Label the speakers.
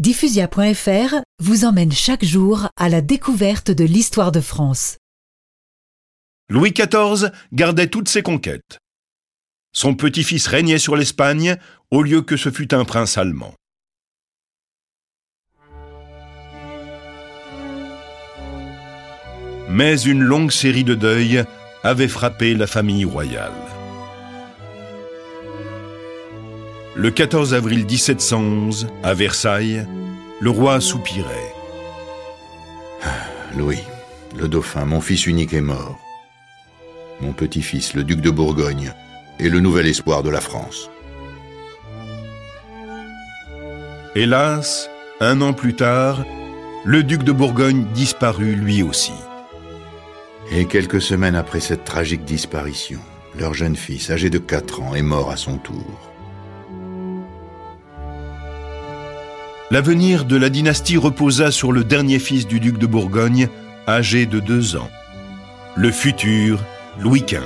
Speaker 1: Diffusia.fr vous emmène chaque jour à la découverte de l'histoire de France.
Speaker 2: Louis XIV gardait toutes ses conquêtes. Son petit-fils régnait sur l'Espagne au lieu que ce fût un prince allemand. Mais une longue série de deuils avait frappé la famille royale. Le 14 avril 1711, à Versailles, le roi soupirait.
Speaker 3: Louis, le dauphin, mon fils unique est mort. Mon petit-fils, le duc de Bourgogne, est le nouvel espoir de la France.
Speaker 2: Hélas, un an plus tard, le duc de Bourgogne disparut lui aussi.
Speaker 3: Et quelques semaines après cette tragique disparition, leur jeune fils, âgé de 4 ans, est mort à son tour.
Speaker 2: L'avenir de la dynastie reposa sur le dernier fils du duc de Bourgogne, âgé de 2 ans, le futur Louis XV.